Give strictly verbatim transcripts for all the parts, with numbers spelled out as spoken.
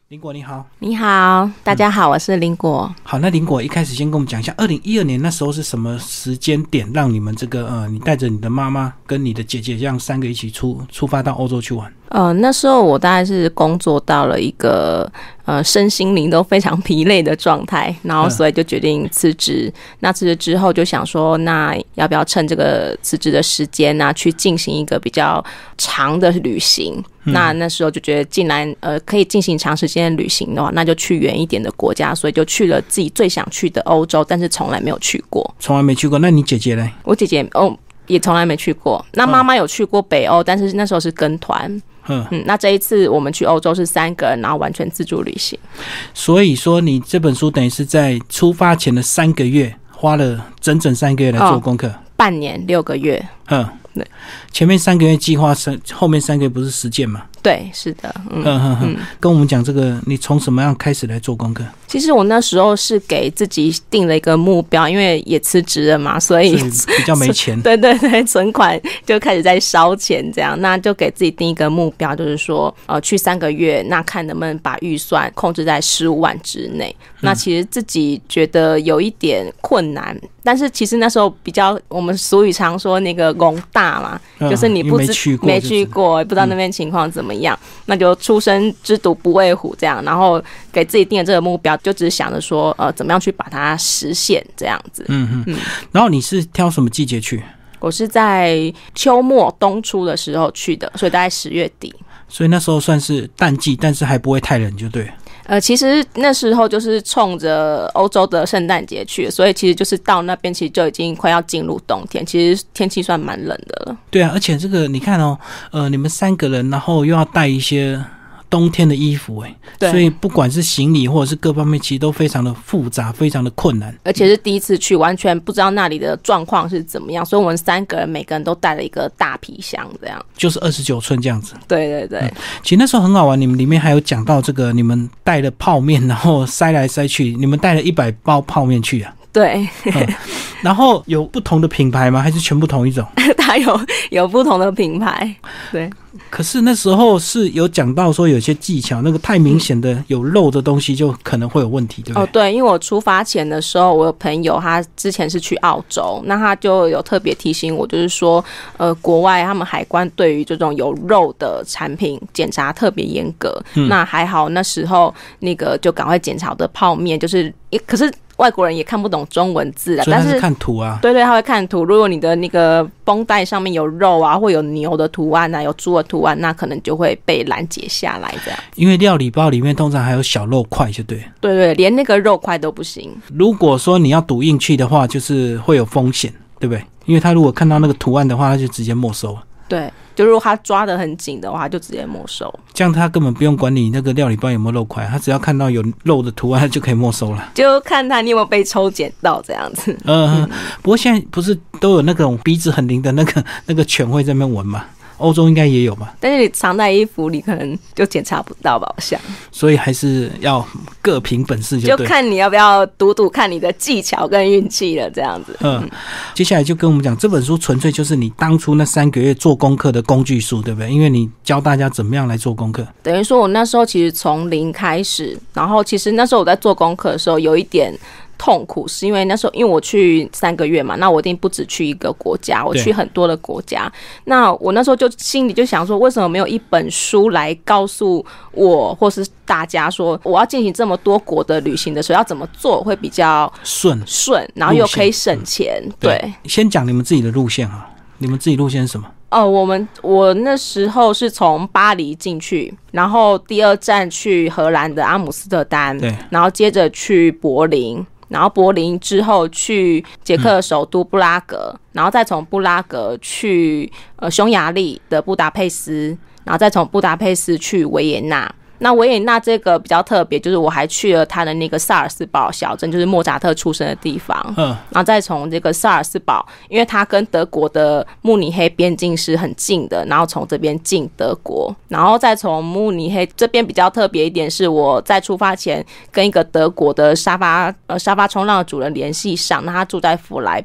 林果你好。 你好，大家好，嗯、我是林果。 好，那林果一开始先跟我们讲一下，二零一二年那时候是什么时间点，让你们这个呃，你带着你的妈妈跟你的姐姐这样三个一起出出发到欧洲去玩？ 呃，那时候我大概是工作到了一个呃身心灵都非常疲累的状态，然后所以就决定辞职。嗯、那辞职之后就想说，那要不要趁这个辞职的时间呢、啊，去进行一个比较长的旅行？嗯、那那时候就觉得，既然呃可以进行长时间的旅行的话，那就去远一点的国家，所以就去了自己最想去的欧洲，但是从来没有去过。 从来没去过？那你姐姐呢？ 我姐姐哦也从来没去过。那妈妈有去过北欧，嗯、但是那时候是跟团。嗯, 嗯，那这一次我们去欧洲是三个人，然后完全自助旅行。 所以说，你这本书等于是在出发前的三个月，花了整整三个月来做功课。哦、 半年六个月。嗯，对。 前面三个月计划，后面三个月不是实践吗？ 对，是的。嗯嗯嗯，跟我们讲这个，你从什么样开始来做功课？ 其实我那时候是给自己定了一个目标，因为也辞职了嘛，所以比较没钱。 对对对，存款就开始在烧钱，这样，那就给自己定一个目标，就是说，呃，去三个月，那看能不能把预算控制在十五万之内。嗯、那其实自己觉得有一点困难，但是其实那时候比较，我们俗语常说那个宏大嘛，嗯、就是你不知没去过、 没去过，不知道那边情况怎么样，嗯、那就初生之犊不畏虎这样，然后给自己定了这个目标。就只是想着说，呃，怎么样去把它实现这样子。 嗯嗯。然后你是挑什么季节去？ 我是在秋末冬初的时候去的，所以大概十月底。 所以那时候算是淡季，但是还不会太冷，就对。 呃，其实那时候就是冲着欧洲的圣诞节去，所以其实就是到那边，其实就已经快要进入冬天，其实天气算蛮冷的了。 对啊，而且这个你看哦，呃，你们三个人，然后又要带一些冬天的衣服，哎，所以不管是行李或者是各方面，其实都非常的复杂，非常的困难， 而且是第一次去，完全不知道那里的状况是怎么样，所以我们三个人每个人都带了一个大皮箱，这样就是二十九寸这样子。 对对对、嗯， 其实那时候很好玩，你们里面还有讲到这个，你们带了泡面，然后塞来塞去，你们带了一百包泡面去啊。 对、 嗯，然后有不同的品牌吗？还是全部同一种？ 它有有不同的品牌，对。 可是那时候是有讲到说有些技巧，那个太明显的有肉的东西就可能会有问题，对不对？ 哦，对，因为我出发前的时候，我有朋友他之前是去澳洲，那他就有特别提醒我，就是说，呃，国外他们海关对于这种有肉的产品检查特别严格。嗯、那还好，那时候那个就赶快检查我的泡面，就是可是。外国人也看不懂中文字啊， 但是看图啊， 对对，他会看图。如果你的那个绷带上面有肉啊，或有牛的图案啊，有猪的图案，那可能就会被拦截下来这样。 因为料理包里面通常还有小肉块，就对。 对对，连那个肉块都不行。 如果说你要赌运气的话，就是会有风险，对不对？因为他如果看到那个图案的话，他就直接没收了。 对。就如果他抓得很紧的话，就直接没收。这样他根本不用管你那个料理包有没有肉块，他只要看到有肉的图案就可以没收了。 就看他你有没有被抽检到这样子。 嗯，嗯不过现在不是都有那种鼻子很灵的那个那个犬会在那边闻吗？欧洲应该也有吧， 但是你藏在衣服里可能就检查不到吧，我想。 所以还是要各凭本事就对， 就看你要不要赌赌看你的技巧跟运气了，这样子。 嗯，嗯接下来就跟我们讲，这本书纯粹就是你当初那三个月做功课的工具书，对不对？因为你教大家怎么样来做功课。 等于说我那时候其实从零开始，然后其实那时候我在做功课的时候有一点痛苦，是因为那时候因为我去三个月嘛，那我一定不只去一个国家，我去很多的国家。那我那时候就心里就想说，为什么没有一本书来告诉我或是大家说，我要进行这么多国的旅行的时候要怎么做会比较顺顺，然后又可以省钱。嗯、对, 对， 先讲你们自己的路线啊，你们自己路线是什么？ 哦，我们我那时候是从巴黎进去，然后第二站去荷兰的阿姆斯特丹，对，然后接着去柏林。然后柏林之后去捷克的首都布拉格，嗯、然后再从布拉格去呃匈牙利的布达佩斯，然后再从布达佩斯去维也纳。那维也纳这个比较特别，就是我还去了他的那个萨尔斯堡小镇，就是莫扎特出生的地方。嗯，然后再从这个萨尔斯堡，因为它跟德国的慕尼黑边境是很近的，然后从这边进德国，然后再从慕尼黑这边比较特别一点是，我在出发前跟一个德国的沙发呃沙发冲浪的主人联系上，那他住在弗莱堡。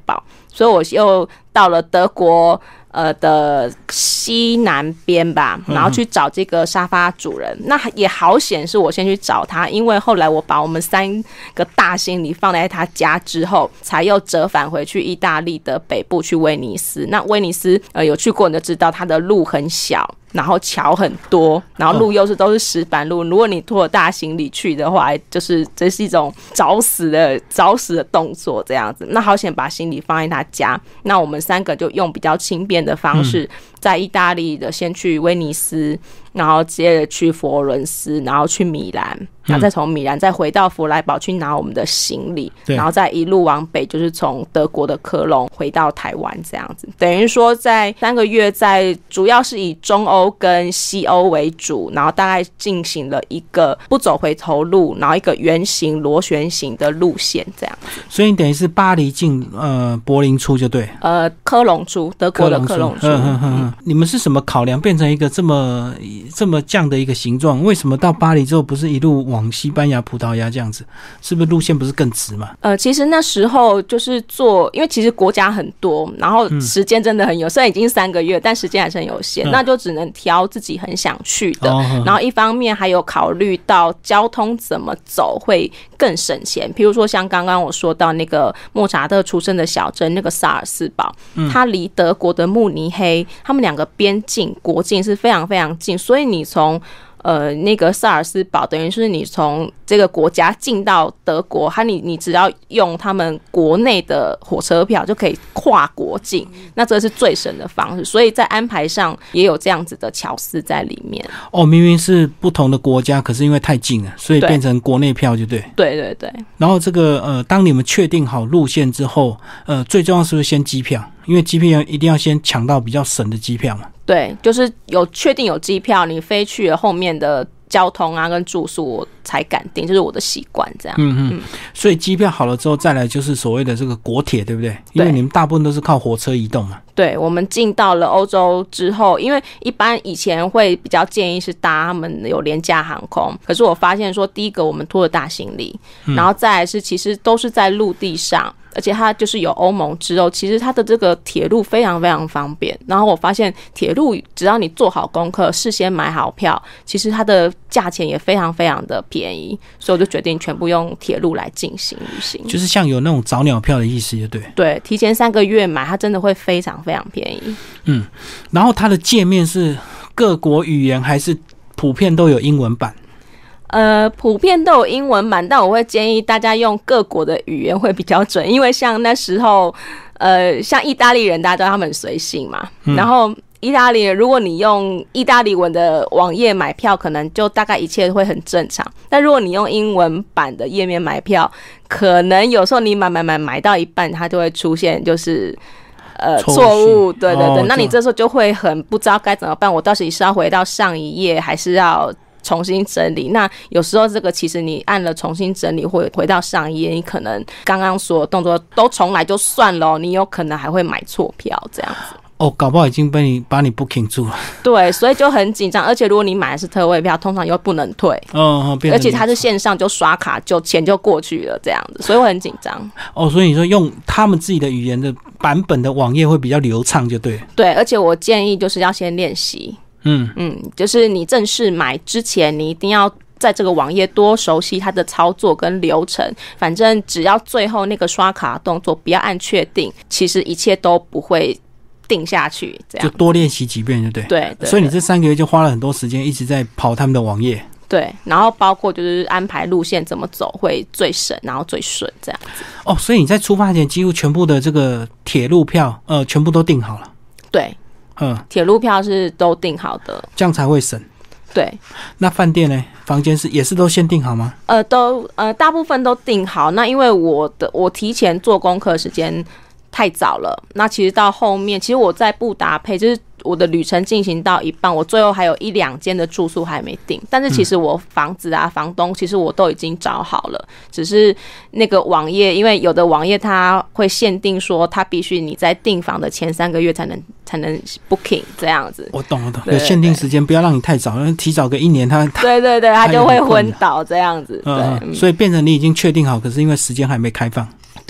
所以我又到了德国呃的西南边吧，然后去找这个沙发主人。嗯、那也好险是我先去找他，因为后来我把我们三个大行李放在他家之后，才又折返回去意大利的北部去威尼斯。那威尼斯呃有去过你就知道，它的路很小。然后桥很多，然后路又是都是石板路。如果你拖着大行李去的话，就是这是一种找死的找死的动作这样子。那好险把行李放在他家，那我们三个就用比较轻便的方式，在意大利的先去威尼斯，然后接着去佛罗伦斯，然后去米兰，然后再从米兰再回到弗莱堡去拿我们的行李，然后再一路往北，就是从德国的科隆回到台湾这样子。等于说在三个月，在主要是以中欧跟西欧为主，然后大概进行了一个不走回头路，然后一个圆形螺旋形的路线这样子。 所以你等于是巴黎进呃柏林出就对， 呃科隆出，德国的科隆出。 嗯嗯嗯，你们是什么考量变成一个这么这么这样的一个形状？为什么到巴黎之后不是一路往西班牙、葡萄牙这样子？是不是路线不是更直嘛？ 呃，其实那时候就是做，因为其实国家很多，然后时间真的很有，虽然已经三个月，但时间还是很有限，嗯、那就只能挑自己很想去的。哦、然后一方面还有考虑到交通怎么走会更省钱，譬如说像刚刚我说到那个莫扎特出生的小镇，那个萨尔斯堡，嗯、它离德国的慕尼黑，他们两个边境国境是非常非常近，所以你从呃，那个萨尔斯堡等于是你从这个国家进到德国，它你你只要用他们国内的火车票就可以跨国境，那这是最省的方式，所以在安排上也有这样子的巧思在里面。 哦，明明是不同的国家，可是因为太近了，所以变成国内票就对。 对对对。 然后这个呃，当你们确定好路线之后，呃，最重要是不是先机票？因为机票一定要先抢到比较省的机票嘛。 对，就是有确定有机票，你飞去了后面的交通啊跟住宿我才敢订，就是我的习惯这样。 嗯嗯。所以机票好了之后，再来就是所谓的这个国铁，对不对？因为你们大部分都是靠火车移动嘛。 对，我们进到了欧洲之后，因为一般以前会比较建议是搭他们有廉价航空，可是我发现说，第一个我们拖了大行李，嗯、然后再来是其实都是在陆地上。而且它就是有欧盟之后，其实它的这个铁路非常非常方便。然后我发现铁路只要你做好功课，事先买好票，其实它的价钱也非常非常的便宜，所以我就决定全部用铁路来进行旅行。 就是像有那种早鸟票的意思，就对。 对，提前三个月买，它真的会非常非常便宜。 嗯，然后它的界面是各国语言还是普遍都有英文版？ 呃，普遍都有英文版，但我会建议大家用各国的语言会比较准，因为像那时候，呃，像意大利人，大家知道他们很随性嘛，嗯、然后意大利人，如果你用意大利文的网页买票，可能就大概一切会很正常，但如果你用英文版的页面买票，可能有时候你买买买买到一半，它就会出现就是。呃，错误，对对对、哦，那你这时候就会很不知道该怎么办，我到底是要回到上一页，还是要重新整理？那有时候这个其实你按了重新整理或回到上一页，你可能刚刚所有动作都重来就算了，你有可能还会买错票这样子。 哦，搞不好已经被你把你 booking 住了。对， 所以就很紧张，而且如果你买的是特惠票，通常又不能退。哦，而且它是线上就刷卡就钱就过去了这样子，所以我很紧张。 哦，所以你说用他们自己的语言的版本的网页会比较流畅，就对。 对，而且我建议就是要先练习。嗯嗯，就是你正式买之前，你一定要在这个网页多熟悉它的操作跟流程，反正只要最后那个刷卡动作不要按确定，其实一切都不会定下去，这样就多练习几遍就对。 对，对， 所以你这三个月就花了很多时间一直在跑他们的网页。 对，然后包括就是安排路线怎么走会最省，然后最顺这样子。 哦，所以你在出发前几乎全部的这个铁路票，呃，全部都订好了。 对，嗯，铁路票是都订好的， 这样才会省。 对， 那饭店呢？房间是也是都先订好吗？ 呃，都呃大部分都订好。那因为我的我提前做功课时间太早了，那其实到后面，其实我在布达佩就是我的旅程进行到一半，我最后还有一两间的住宿还没订，但是其实我房子啊、房东其实我都已经找好了，只是那个网页，因为有的网页它会限定说，它必须你在订房的前三个月才能才能 booking 这样子。 我懂，我懂，有限定时间，不要让你太早，因为提早个一年它，它对对对，它就会昏倒这样子。 嗯、 对， 所以变成你已经确定好，可是因为时间还没开放。 对。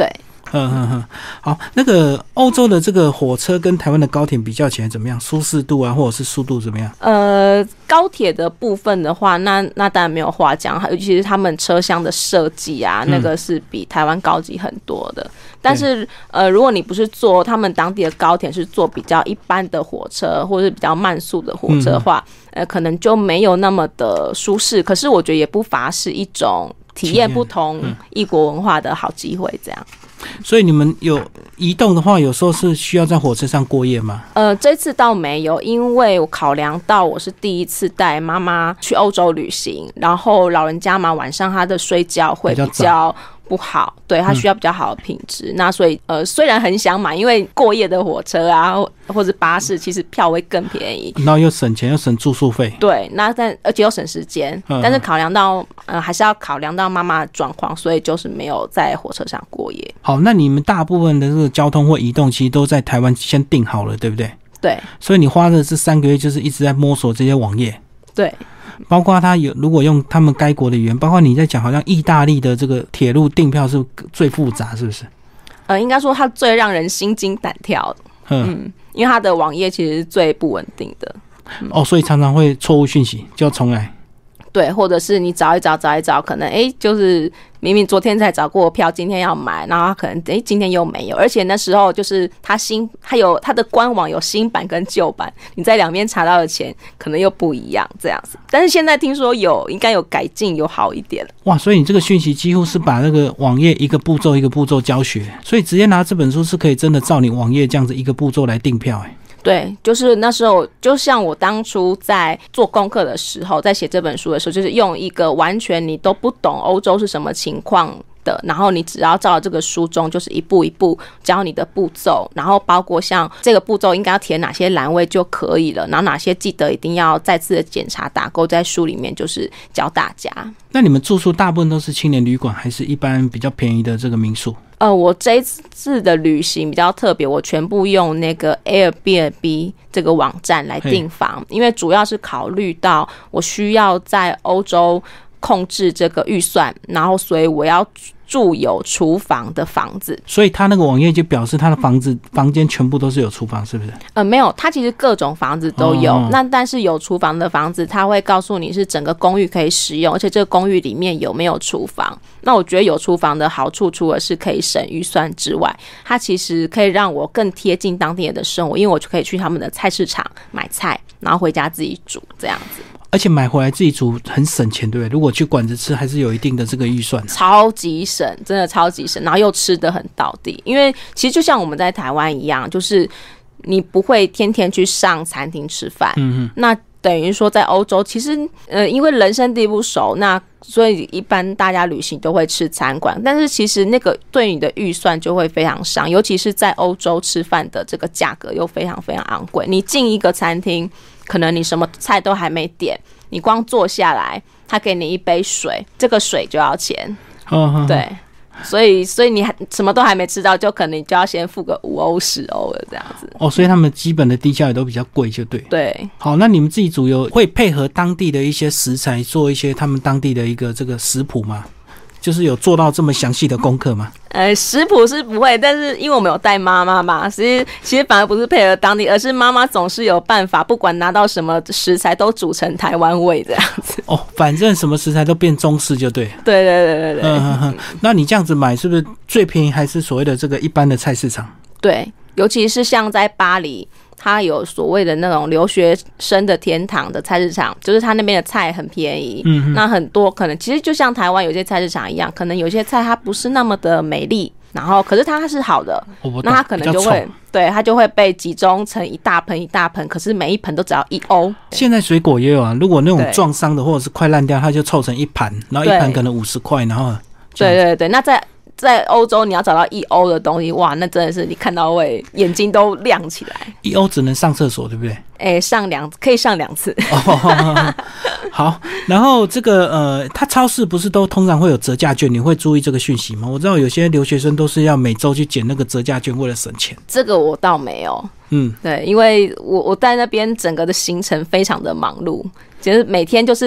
嗯嗯嗯，好，那个欧洲的这个火车跟台湾的高铁比较起来怎么样？舒适度啊，或者是速度怎么样？ 呃，高铁的部分的话，那那当然没有话讲，尤其是他们车厢的设计啊，那个是比台湾高级很多的。嗯、但是呃，如果你不是坐他们当地的高铁，是坐比较一般的火车，或者是比较慢速的火车的话，嗯、呃，可能就没有那么的舒适。可是我觉得也不乏是一种体验不同异国文化的好机会，这样。 所以你们有移动的话，有时候是需要在火车上过夜吗？ 呃，这次倒没有，因为我考量到我是第一次带妈妈去欧洲旅行，然后老人家嘛，晚上他的睡觉会比较不好，对，他需要比较好的品质。嗯、那所以呃，虽然很想买，因为过夜的火车啊，或者巴士，其实票会更便宜， 然后又省钱又省住宿费。 对，那但而且又省时间，嗯、但是考量到呃，还是要考量到妈妈的状况，所以就是没有在火车上过夜。 好，那你们大部分的这个交通或移动，其实都在台湾先订好了，对不对？ 对。 所以你花的这三个月，就是一直在摸索这些网页。 对。 包括他有，如果用他们该国的语言，包括你在讲，好像意大利的这个铁路订票是最复杂，是不是？ 呃，应该说它最让人心惊胆跳的，嗯，因为它的网页其实是最不稳定的， 嗯、哦，所以常常会错误讯息，就要重来。 对，或者是你找一找找一找，可能哎，就是明明昨天才找过票，今天要买，然后他可能哎今天又没有，而且那时候就是他新，他有他的官网有新版跟旧版，你在两边查到的钱可能又不一样这样子。但是现在听说有应该有改进，有好一点。 哇，所以你这个讯息几乎是把那个网页一个步骤一个步骤教学，所以直接拿这本书是可以真的照你网页这样子一个步骤来订票哎。 对，就是那时候，就像我当初在做功课的时候，在写这本书的时候，就是用一个完全你都不懂欧洲是什么情况的，然后你只要照这个书中，就是一步一步教你的步骤，然后包括像这个步骤应该要填哪些栏位就可以了，然后哪些记得一定要再次的检查打勾，在书里面就是教大家。 那你们住宿大部分都是青年旅馆，还是一般比较便宜的这个民宿？ 呃，我这一次的旅行比较特别，我全部用那个 Airbnb 这个网站来订房，因为主要是考虑到我需要在欧洲控制这个预算，然后所以我要住有厨房的房子。 所以他那个网页就表示他的房子房间全部都是有厨房，是不是？ 呃，没有，他其实各种房子都有。哦、那但是有厨房的房子，他会告诉你是整个公寓可以使用，而且这个公寓里面有没有厨房。那我觉得有厨房的好处，除了是可以省预算之外，它其实可以让我更贴近当地人的生活，因为我就可以去他们的菜市场买菜，然后回家自己煮这样子。 而且买回来自己煮很省钱，对不对？如果去馆子吃，还是有一定的这个预算， 超级省，真的超级省，然后又吃得很道地。因为其实就像我们在台湾一样，就是你不会天天去上餐厅吃饭，嗯嗯，那等于说在欧洲，其实呃，因为人生地不熟，那所以一般大家旅行都会吃餐馆，但是其实那个对你的预算就会非常伤，尤其是在欧洲吃饭的这个价格又非常非常昂贵。你进一个餐厅，可能你什么菜都还没点，你光坐下来，他给你一杯水，这个水就要钱，哦、对。所以，所以你还什么都还没吃到，就可能你就要先付个五欧、十欧了这样子。 哦，所以他们基本的低消也都比较贵，就对。 对。 好，那你们自己组有会配合当地的一些食材，做一些他们当地的一个这个食谱吗？就是有做到这么详细的功课吗？ 呃，食谱是不会，但是因为我们有带妈妈嘛，其实其实反而不是配合当地，而是妈妈总是有办法，不管拿到什么食材都煮成台湾味这样子。 哦，反正什么食材都变中式就对。 对对对对对。 嗯哼哼，那你这样子买是不是最便宜？还是所谓的这个一般的菜市场？ 对，尤其是像在巴黎。它有所谓的那种留学生的天堂的菜市场，就是它那边的菜很便宜，嗯，那很多可能其实就像台湾有些菜市场一样，可能有些菜它不是那么的美丽，然后可是它是好的，那它可能就会对它就会被集中成一大盆一大盆，可是每一盆都只要一欧。 现在水果也有啊，如果那种撞伤的或者是快烂掉，它就凑成一盘，然后一盘可能五十块，然后对对对，那在在欧洲你要找到一欧的东西，哇，那真的是你看到会眼睛都亮起来。 一欧只能上厕所，对不对？ 哎、欸，上两可以上两次。 哦，好，然后这个呃，它超市不是都通常会有折价券，你会注意这个讯息吗？我知道有些留学生都是要每周去捡那个折价券，为了省钱。 这个我倒没有。嗯，对，因为我我在那边整个的行程非常的忙碌，其实每天就是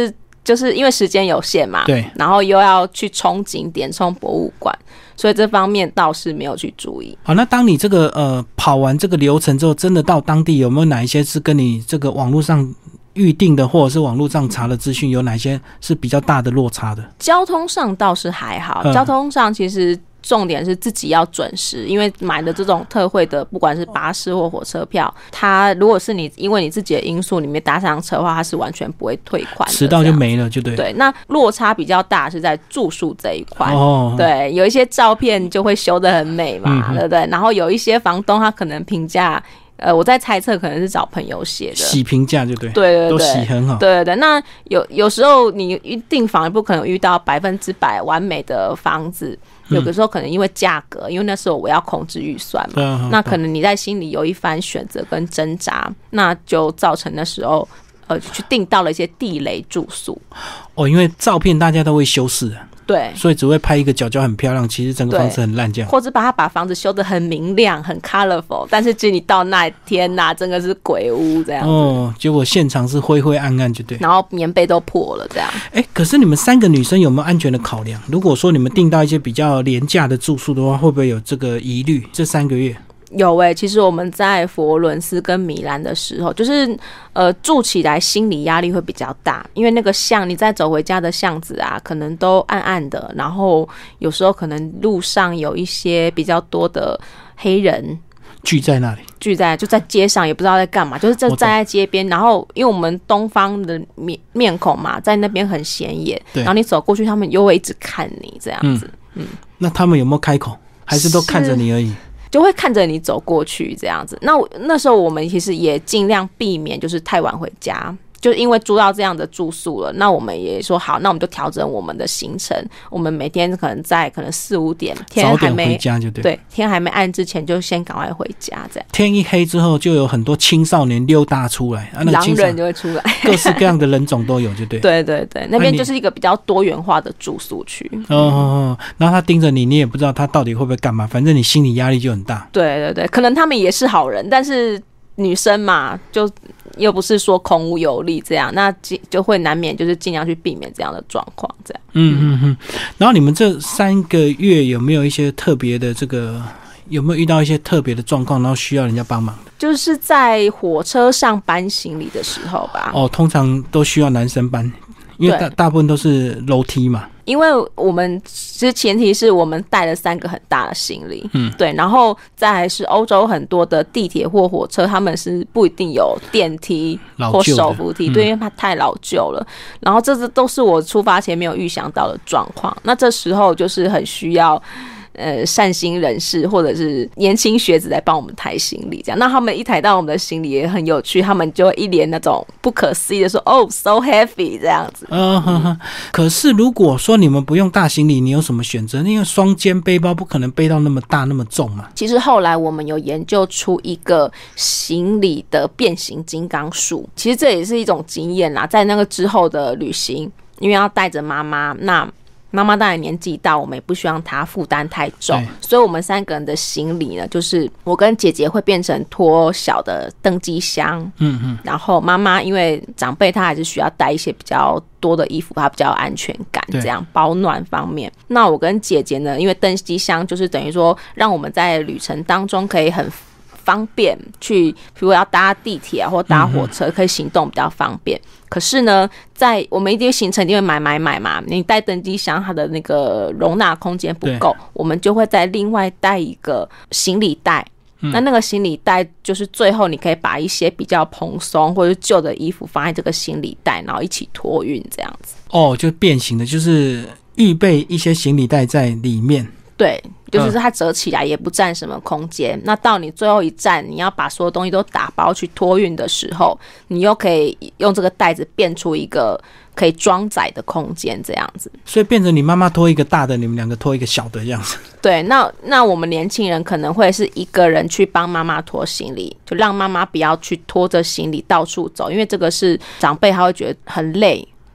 就是因为时间有限嘛， 对， 然后又要去冲景点、冲博物馆，所以这方面倒是没有去注意。 好，那当你这个呃跑完这个流程之后，真的到当地有没有哪一些是跟你这个网络上预定的，或者是网络上查的资讯，有哪些是比较大的落差的？ 交通上倒是还好，嗯、交通上其实。重点是自己要准时，因为买的这种特惠的，不管是巴士或火车票，它如果是你因为你自己的因素你没搭上车的话，它是完全不会退款的， 迟到就没了，就对。 对，那落差比较大是在住宿这一块。哦，对，有一些照片就会修得很美嘛，嗯、对不对？然后有一些房东他可能评价。呃，我在猜测可能是找朋友写的， 洗评价就对， 对对对， 都洗很好， 对对对。那有有时候你订房不可能遇到百分之百完美的房子，有的时候可能因为价格，因为那时候我要控制预算嘛，嗯、那可能你在心里有一番选择跟挣扎，那就造成那时候呃去订到了一些地雷住宿。 哦，因为照片大家都会修饰。 对， 所以只会拍一个角角很漂亮，其实整个房子很烂这样， 或者把它把房子修得很明亮很 colorful， 但是其实你到那一天呐、啊，真的是鬼屋这样子。 哦，结果现场是灰灰暗暗就对， 然后棉被都破了这样。 哎，可是你们三个女生有没有安全的考量？如果说你们订到一些比较廉价的住宿的话，会不会有这个疑虑？这三个月？ 有诶、欸，其实我们在佛罗伦斯跟米兰的时候，就是呃住起来心理压力会比较大，因为那个巷你再走回家的巷子啊，可能都暗暗的，然后有时候可能路上有一些比较多的黑人聚在那里， 聚在就在街上，也不知道在干嘛，就是就站在街边，然后因为我们东方的面面孔嘛，在那边很显眼，然后你走过去，他们又会一直看你这样子。嗯，嗯那他们有没有开口，还是都看着你而已？ 就会看着你走过去这样子。那那时候我们其实也尽量避免就是太晚回家，就因为租到这样的住宿了，那我们也说好，那我们就调整我们的行程，我们每天可能在可能四五点天还没早点回家就对， 对，天还没暗之前就先赶快回家，这样天一黑之后就有很多青少年溜达出来，啊、那狼人就会出来， 各式各样的人种都有就对。 对对对，那边就是一个比较多元化的住宿区。 哦哦哦，然后他盯着你，你也不知道他到底会不会干嘛，反正你心理压力就很大。 对对对，可能他们也是好人，但是女生嘛，就又不是说孔武有力这样，那就会难免就是尽量去避免这样的状况，这样。 嗯嗯嗯。然后你们这三个月有没有一些特别的这个，有没有遇到一些特别的状况，然后需要人家帮忙的？ 就是在火车上搬行李的时候吧。 哦，通常都需要男生搬，因为大大部分都是楼梯嘛。 因为我们其实前提是我们带了三个很大的行李，嗯，对，然后再来是欧洲很多的地铁或火车，他们是不一定有电梯或手扶梯，对，因为它太老旧了。然后这都是我出发前没有预想到的状况。那这时候就是很需要。呃，善心人士或者是年轻学子来帮我们抬行李，这样。那他们一抬到我们的行李也很有趣，他们就会一脸那种不可思议的说：“哦 ，so heavy” 这样子。 嗯哼哼。可是如果说你们不用大行李，你有什么选择？因为双肩背包不可能背到那么大那么重嘛。 其实后来我们有研究出一个行李的变形金刚术，其实这也是一种经验啦。在那个之后的旅行，因为要带着妈妈，那。妈妈当然年纪大，我们也不希望她负担太重，所以我们三个人的行李呢，就是我跟姐姐会变成拖小的登机箱，嗯嗯，然后妈妈因为长辈她还是需要带一些比较多的衣服，她比较有安全感，这样保暖方面。那我跟姐姐呢，因为登机箱就是等于说让我们在旅程当中可以很方便去，比如要搭地铁啊或搭火车，可以行动比较方便。可是呢，在我们一定行程一定会买买买嘛，你带登机箱，它的那个容纳空间不够，我们就会再另外带一个行李袋。嗯、那那个行李袋就是最后你可以把一些比较蓬松或者旧的衣服放在这个行李袋，然后一起托运这样子。 哦，就变形的，就是预备一些行李袋在里面。 对，就是它折起来也不占什么空间、嗯、那到你最后一站你要把所有东西都打包去托运的时候，你又可以用这个袋子变出一个可以装载的空间这样子， 所以变成你妈妈拖一个大的，你们两个拖一个小的这样子。 对，那那我们年轻人可能会是一个人去帮妈妈拖行李，就让妈妈不要去拖着行李到处走，因为这个是长辈他会觉得很累，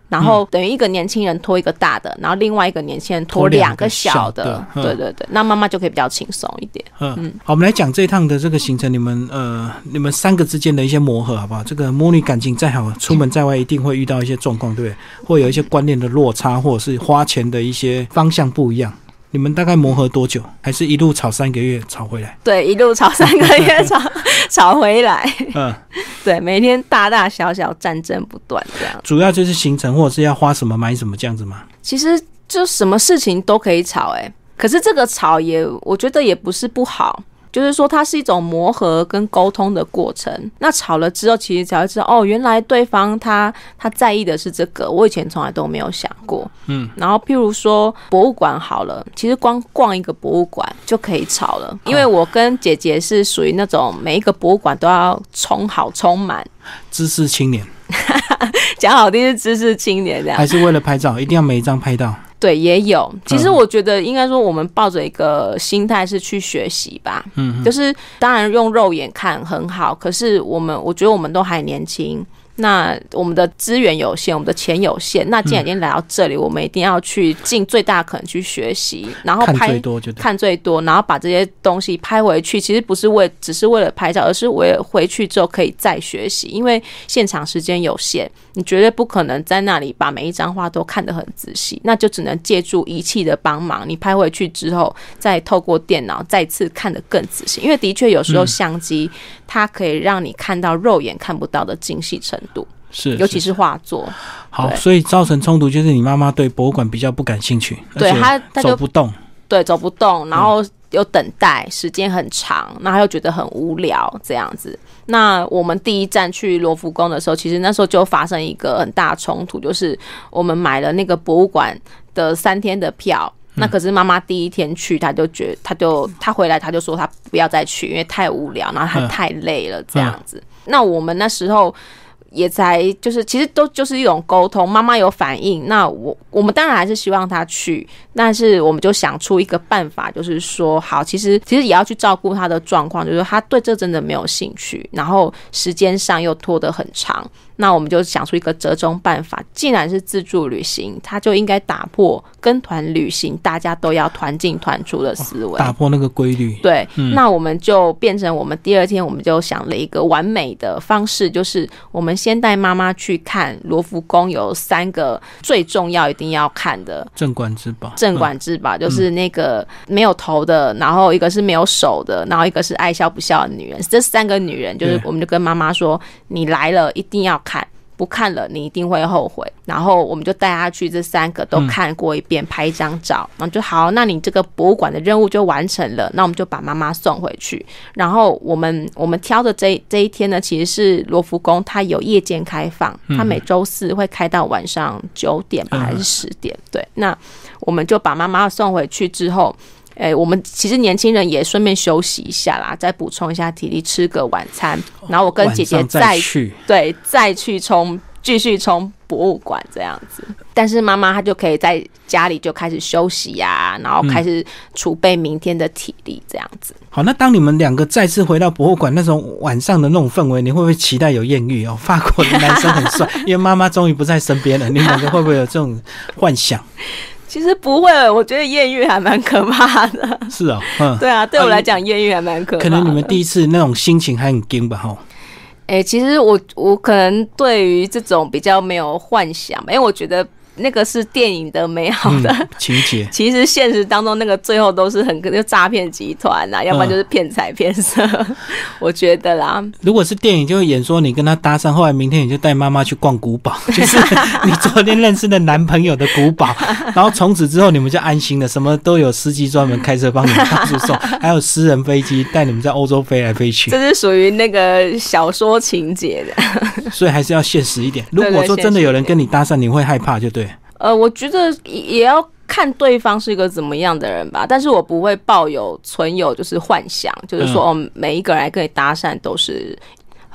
然后等于一个年轻人拖一个大的，然后另外一个年轻人拖两个小的，对对对，那妈妈就可以比较轻松一点。 嗯，嗯好，我们来讲这一趟的这个行程，你们呃，你们三个之间的一些磨合，好不好？这个母女感情再好，出门在外一定会遇到一些状况，对不对？会有一些观念的落差，或者是花钱的一些方向不一样。你们大概磨合多久？还是一路吵三个月吵回来？ 对，一路吵三个月吵吵回来。嗯，对，每天大大小小战争不断，这样。 主要就是行程或者是要花什么买什么这样子吗？ 其实就什么事情都可以吵，哎、欸，可是这个吵也，我觉得也不是不好。就是说它是一种磨合跟沟通的过程，那吵了之后其实才会知道，哦，原来对方他他在意的是这个，我以前从来都没有想过。嗯，然后譬如说博物馆好了，其实光逛一个博物馆就可以吵了，因为我跟姐姐是属于那种每一个博物馆都要充好充满， 知识青年讲好听是知识青年这样， 还是为了拍照一定要每一张拍到？ 对，也有。其实我觉得应该说，我们抱着一个心态是去学习吧。嗯，就是当然用肉眼看很好，可是我们我觉得我们都还年轻。那我们的资源有限，我们的钱有限，那既然已经来到这里，嗯、我们一定要去尽最大可能去学习，然后拍看最多就对， 看最多，然后把这些东西拍回去。其实不是为只是为了拍照，而是为了回去之后可以再学习，因为现场时间有限，你绝对不可能在那里把每一张画都看得很仔细，那就只能借助仪器的帮忙，你拍回去之后，再透过电脑再次看得更仔细，因为的确有时候相机、嗯、它可以让你看到肉眼看不到的精细程度。 是， 尤其是画作。 好，所以造成冲突就是你妈妈对博物馆比较不感兴趣， 对，她她走不动， 对，走不动，然后又等待时间很长，然后又觉得很无聊这样子。那我们第一站去罗浮宫的时候，其实那时候就发生一个很大冲突，就是我们买了那个博物馆的三天的票。那可是妈妈第一天去，她就觉得，她就她回来，她就说她不要再去，因为太无聊，然后她太累了这样子。那我们那时候。也才就是其实都就是一种沟通，妈妈有反应，那我我们当然还是希望她去，但是我们就想出一个办法，就是说好，其实其实也要去照顾她的状况，就是她对这真的没有兴趣，然后时间上又拖得很长，那我们就想出一个折中办法，既然是自助旅行，她就应该打破跟团旅行大家都要团进团出的思维， 打破那个规律。 对、嗯，那我们就变成我们第二天我们就想了一个完美的方式，就是我们先带妈妈去看罗浮宫有三个最重要一定要看的镇馆之宝， 镇馆之宝、嗯、就是那个没有头的，然后一个是没有手的，然后一个是爱笑不笑的女人，这三个女人就是我们就跟妈妈说，你来了一定要看，不看了你一定会后悔。然后我们就带她去这三个都看过一遍、嗯、拍一张照，然后就好，那你这个博物馆的任务就完成了，那我们就把妈妈送回去。然后我们我们挑的这这一天呢，其实是罗浮宫它有夜间开放，它每周四会开到晚上九点吧、嗯、还是十点，对，那我们就把妈妈送回去之后，欸、我们其实年轻人也顺便休息一下啦，再补充一下体力，吃个晚餐，然后我跟姐姐再, 再去对再去冲继续冲博物馆这样子。但是妈妈她就可以在家里就开始休息呀、啊，然后开始储备明天的体力这样子、嗯、 好，那当你们两个再次回到博物馆那种晚上的那种氛围，你会不会期待有艳遇哦？法国的男生很帅因为妈妈终于不在身边了，你们两个会不会有这种幻想？ 其实不会，我觉得艳遇还蛮可怕的。 是哦，嗯， 对啊，对我来讲艳遇还蛮可怕的。 可能你们第一次那种心情还很惊吧，哈。 哎、欸，其实我我可能对于这种比较没有幻想，因为我觉得那个是电影的美好的、嗯、 情节， 其实现实当中那个最后都是很就诈骗集团啊，要不然就是骗财骗色、嗯，我觉得啦。 如果是电影，就会演说你跟他搭讪，后来明天你就带妈妈去逛古堡，就是你昨天认识的男朋友的古堡，然后从此之后你们就安心了，什么都有司机专门开车帮你们到处送，还有私人飞机带你们在欧洲飞来飞去。 这是属于那个小说情节的， 所以还是要现实一点。如果说真的有人跟你搭讪，你会害怕就对。 呃，我觉得也要看对方是一个怎么样的人吧，但是我不会抱有存有就是幻想，就是说、嗯、哦，每一个人来跟你搭讪都是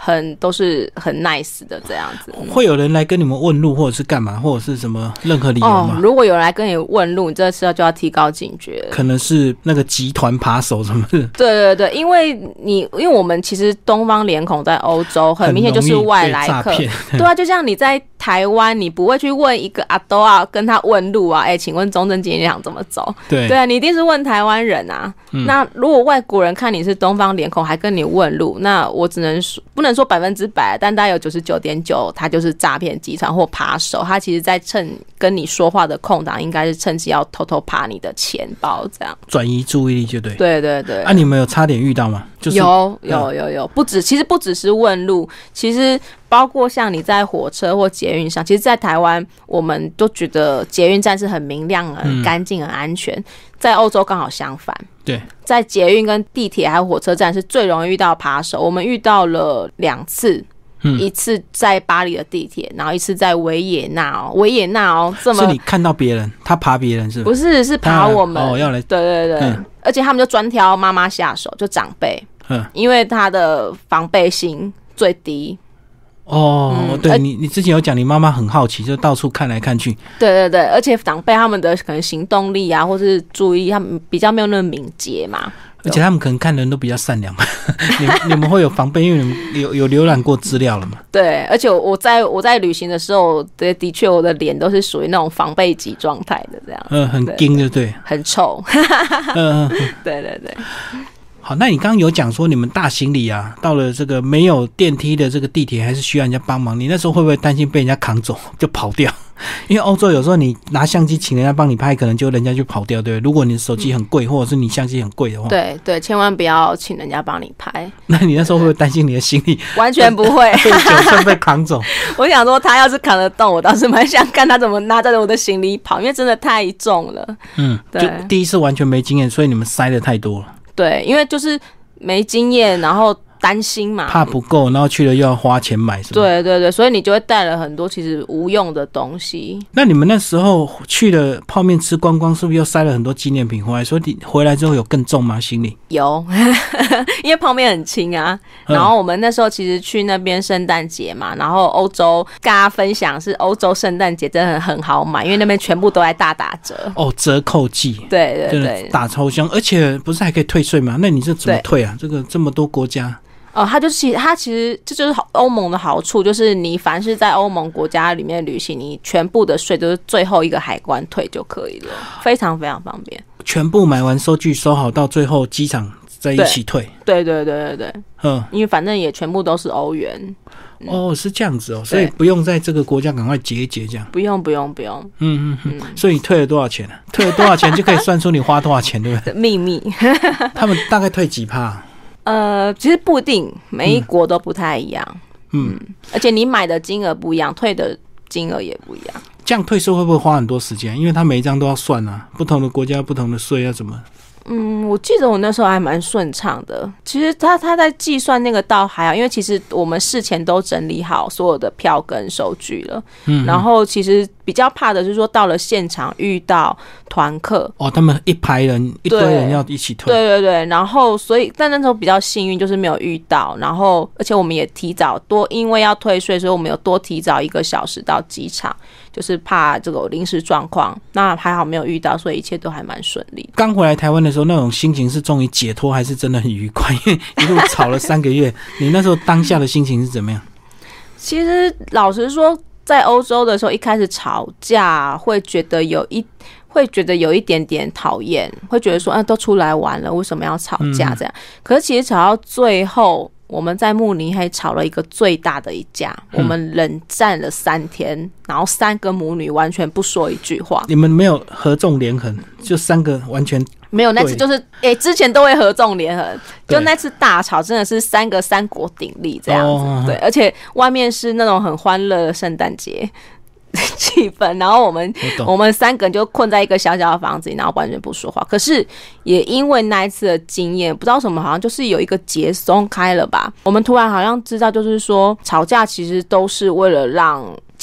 很都是很 nice 的这样子。 会有人来跟你们问路或者是干嘛，或者是什么任何理由吗？ 哦，如果有人来跟你问路，你这次就要提高警觉， 可能是那个集团扒手什么的。 对对对，因为你因为我们其实东方脸孔在欧洲很明显就是外来客，对啊，就像你在台湾，你不会去问一个阿兜啊跟他问路啊，哎、欸，请问中正纪念堂怎么走？ 对对啊，你一定是问台湾人啊。嗯、那如果外国人看你是东方脸孔还跟你问路，那我只能说不能说百分之百，但大概有九十九点九，他就是诈骗集团或扒手。他其实在趁跟你说话的空档，应该是趁机要偷偷扒你的钱包，这样转移注意力就对。 对对对。 啊，你们有差点遇到吗？就是、 有有有有，不止，其实不只是问路，其实包括像你在火车或捷运上，其实，在台湾我们都觉得捷运站是很明亮、很干净、很安全。嗯、在欧洲刚好相反， 对， 在捷运跟地铁还有火车站是最容易遇到扒手。我们遇到了两次。嗯、一次在巴黎的地铁，然后一次在维也纳哦，维也纳哦，这么是你看到别人，他爬别人是不是？ 不是，是爬我们哦，要来， 对对对，嗯、而且他们就专挑妈妈下手，就长辈，嗯，因为他的防备心最低。 哦，嗯、对你，你之前有讲，你妈妈很好奇，就到处看来看去。 对对对，而且长辈他们的可能行动力啊，或是注意，他们比较没有那么敏捷嘛。 而且他们可能看人都比较善良嘛，你们你们会有防备，因为你们有有浏览过資料了嘛？ 对，而且我在我在旅行的时候，的的确我的脸都是属于那种防备级状态的这样。 嗯，很惊，对不对？ 很臭。 嗯， 对对对。 好，那你刚刚有讲说你们大行李啊，到了这个没有电梯的这个地铁，还是需要人家帮忙。你那时候会不会担心被人家扛走就跑掉？因为欧洲有时候你拿相机请人家帮你拍，可能就人家就跑掉，对不对？如果你的手机很贵，或者是你相机很贵的话，对对，千万不要请人家帮你拍。 那你那时候会不会担心你的行李？ 完全不会， 被九份被扛走。 我想说，他要是扛得动，我倒是蛮想看他怎么拿着我的行李跑，因为真的太重了。嗯，对， 就第一次完全没经验，所以你们塞的太多了。 对，因为就是没经验，然后担心嘛， 怕不够，然后去了又要花钱买，是吧？ 对对对，所以你就会带了很多其实无用的东西。 那你们那时候去了泡面吃光光，是不是又塞了很多纪念品回来？所以你回来之后有更重吗？行李有，因为泡面很轻啊。然后我们那时候其实去那边圣诞节嘛，然后欧洲跟大家分享是欧洲圣诞节真的很好买，因为那边全部都在大打折哦， 折扣季， 对对对， 打超香，而且不是还可以退税吗？那你这怎么退啊？这个这么多国家。 哦，它就其实它其实这就是欧盟的好处，就是你凡是在欧盟国家里面旅行，你全部的税都是最后一个海关退就可以了，非常非常方便。 全部买完收据收好，到最后机场再一起退。 对对对对对，嗯，因为反正也全部都是欧元。 嗯、哦，是这样子哦，所以不用在这个国家赶快结一结这样。 不用不用不用。 嗯嗯嗯。所以你退了多少钱呢、啊？退了多少钱就可以算出你花多少钱，对不对？ 秘密。 他们大概退几趴？ 呃，其实不一定，每一国都不太一样。嗯，嗯而且你买的金额不一样，退的金额也不一样。 这样退税会不会花很多时间？因为他每一张都要算啊，不同的国家不同的税要怎么？ 嗯，我记得我那时候还蛮顺畅的。其实他他在计算那个倒还好，因为其实我们事前都整理好所有的票跟收据了。嗯，然后其实比较怕的是说到了现场遇到团客哦，他们一排人一堆人要一起退。 对对对，然后所以但那时候比较幸运，就是没有遇到。然后而且我们也提早多，因为要退税，所以我们有多提早一个小时到机场，就是怕这个临时状况。那还好没有遇到，所以一切都还蛮顺利。 刚回来台湾的时候，那种心情是终于解脱，还是真的很愉快？因为一路吵了三个月，你那时候当下的心情是怎么样？ 其实老实说，在欧洲的时候，一开始吵架会觉得有一会觉得有一点点讨厌，会觉得说，啊，都出来玩了，为什么要吵架这样？嗯、可是其实吵到最后，我们在慕尼黑吵了一个最大的一架，嗯、我们冷战了三天，然后三个母女完全不说一句话。 你们没有合纵连横，就三个完全。 没有，那次就是诶、欸，之前都会合纵连横，就那次大吵真的是三个三国鼎立这样子，哦、对，而且外面是那种很欢乐的圣诞节气氛，然后我们我, 我们三个人就困在一个小小的房子里，然后完全不说话。可是也因为那一次的经验，不知道什么，好像就是有一个结松开了吧。我们突然好像知道，就是说吵架其实都是为了让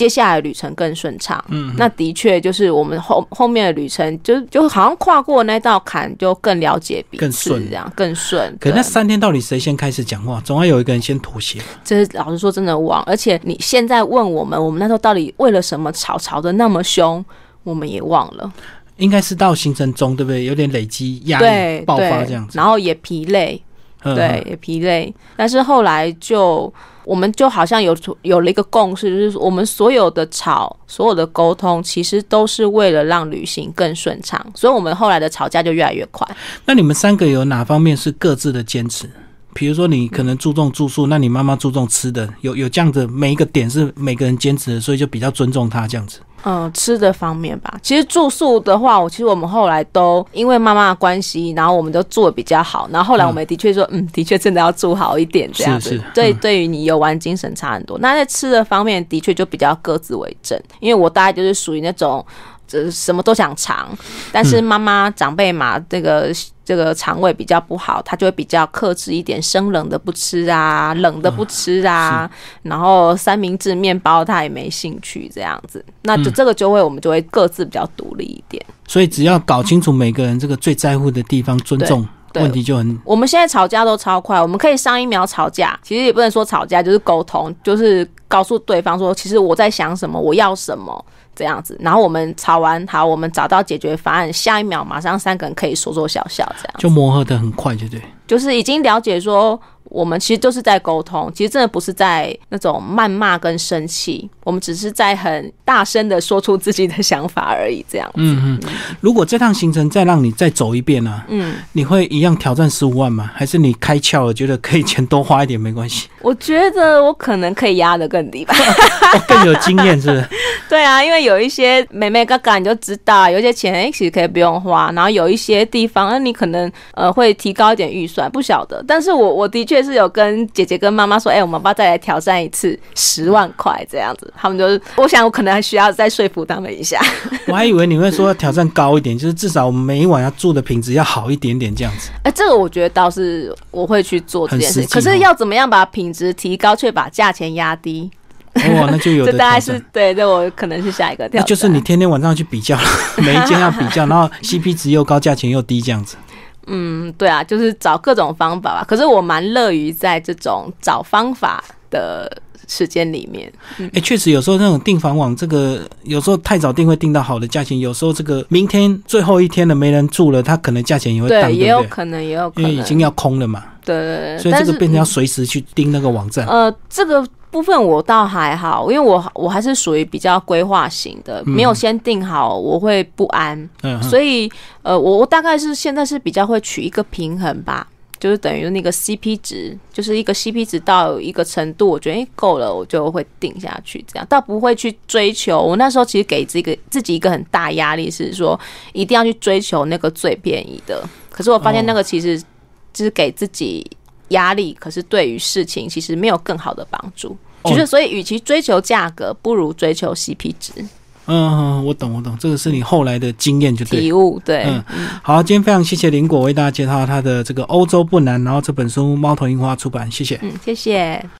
接下来的旅程更顺畅。 嗯， 那的确就是我们后后面的旅程就就好像跨过那道坎，就更了解彼此， 更顺这样更顺。 可那三天到底谁先开始讲话？总要有一个人先妥协。 这是老实说真的忘，而且你现在问我们，我们那时候到底为了什么吵吵得那么凶，我们也忘了。 应该是到行程中，对不对？有点累积压力爆发这样子， 然后也疲累。对，也疲累，但是后来就我们就好像有有了一个共识，就是我们所有的吵，所有的沟通，其实都是为了让旅行更顺畅，所以我们后来的吵架就越来越快。 那你们三个有哪方面是各自的坚持？比如说你可能注重住宿，那你妈妈注重吃的，有有这样子每一个点是每个人坚持的，所以就比较尊重她这样子。 嗯，吃的方面吧。其实住宿的话，我其实我们后来都因为妈妈的关系，然后我们都住的比较好。然后后来我们的确说，嗯，嗯的确真的要住好一点这样子。 是是， 对， 嗯、 对于你游玩精神差很多。那在吃的方面，的确就比较各自为政。因为我大概就是属于那种。什么都想尝，但是妈妈长辈嘛，这个这个肠胃比较不好，她就会比较克制一点，生冷的不吃啊，冷的不吃啊，嗯、然后三明治、面包她也没兴趣这样子，那就这个就会我们就会各自比较独立一点。 所以只要搞清楚每个人这个最在乎的地方，尊重。问题就很， 我们现在吵架都超快，我们可以上一秒吵架，其实也不能说吵架，就是沟通，就是告诉对方说，其实我在想什么，我要什么这样子，然后我们吵完，好，我们找到解决方案，下一秒马上三个人可以说说笑笑这样子， 就磨合得很快，对不对？ 就是已经了解说。我们其实都是在沟通，其实真的不是在那种谩骂跟生气，我们只是在很大声的说出自己的想法而已，这样子。 嗯嗯。如果这趟行程再让你再走一遍啊，嗯，你会一样挑战十五万吗？还是你开窍了，觉得可以钱多花一点没关系？ 我觉得我可能可以压得更低吧， 哦、更有经验是不是？ 对啊，因为有一些妹妹嘎嘎你就知道，有一些钱、欸、其实可以不用花，然后有一些地方，那你可能呃会提高一点预算，不晓得。但是我我的确是有跟姐姐跟妈妈说，哎、欸，我们要不要再来挑战一次十万块这样子？他们就是，我想我可能还需要再说服他们一下。 我还以为你会说要挑战高一点，就是至少我们每一晚要住的品质要好一点点这样子。 哎、欸，这个我觉得倒是我会去做这件事，可是要怎么样把品质提高，却把价钱压低？ 哇，那就有的挑战。 这大概是对，这我可能是下一个挑战。 那就是你天天晚上去比较了，每一间要比较，然后 C P 值又高，价钱又低这样子。 嗯，对啊，就是找各种方法吧。可是我蛮乐于在这种找方法的时间里面。哎、 嗯，确、欸、实有時候那種訂房網，這個有時候太早訂會訂到好的價錢，有時候這個明天最後一天了沒人住了，它可能價錢也會降， 對，也有可能，也有可能， 因為已經要空了嘛。 對對對， 所以這個變成要隨時去訂那個網站。 呃，這個部分我倒還好，因為我我還是屬於比較規劃型的，沒有先定好我會不安，嗯、所以呃我我大概是現在是比較會取一個平衡吧，就是等於那個 C P 值，就是一個 C P 值到一個程度，我覺得誒夠了，我就會定下去，這樣倒不會去追求。我那時候其實給這個自己一個很大壓力，是說一定要去追求那個最便宜的，可是我發現那個其實就是給自己壓力，可是對於事情其實沒有更好的幫助，就是所以與其追求價格，不如追求 C P 值。 嗯，我懂我懂，這個是你後來的經驗就對。 體悟，對。 嗯，好，今天非常謝謝林果為大家介紹他的這個歐洲不難，然後這本書貓頭鷹花出版，謝謝。 嗯，謝謝。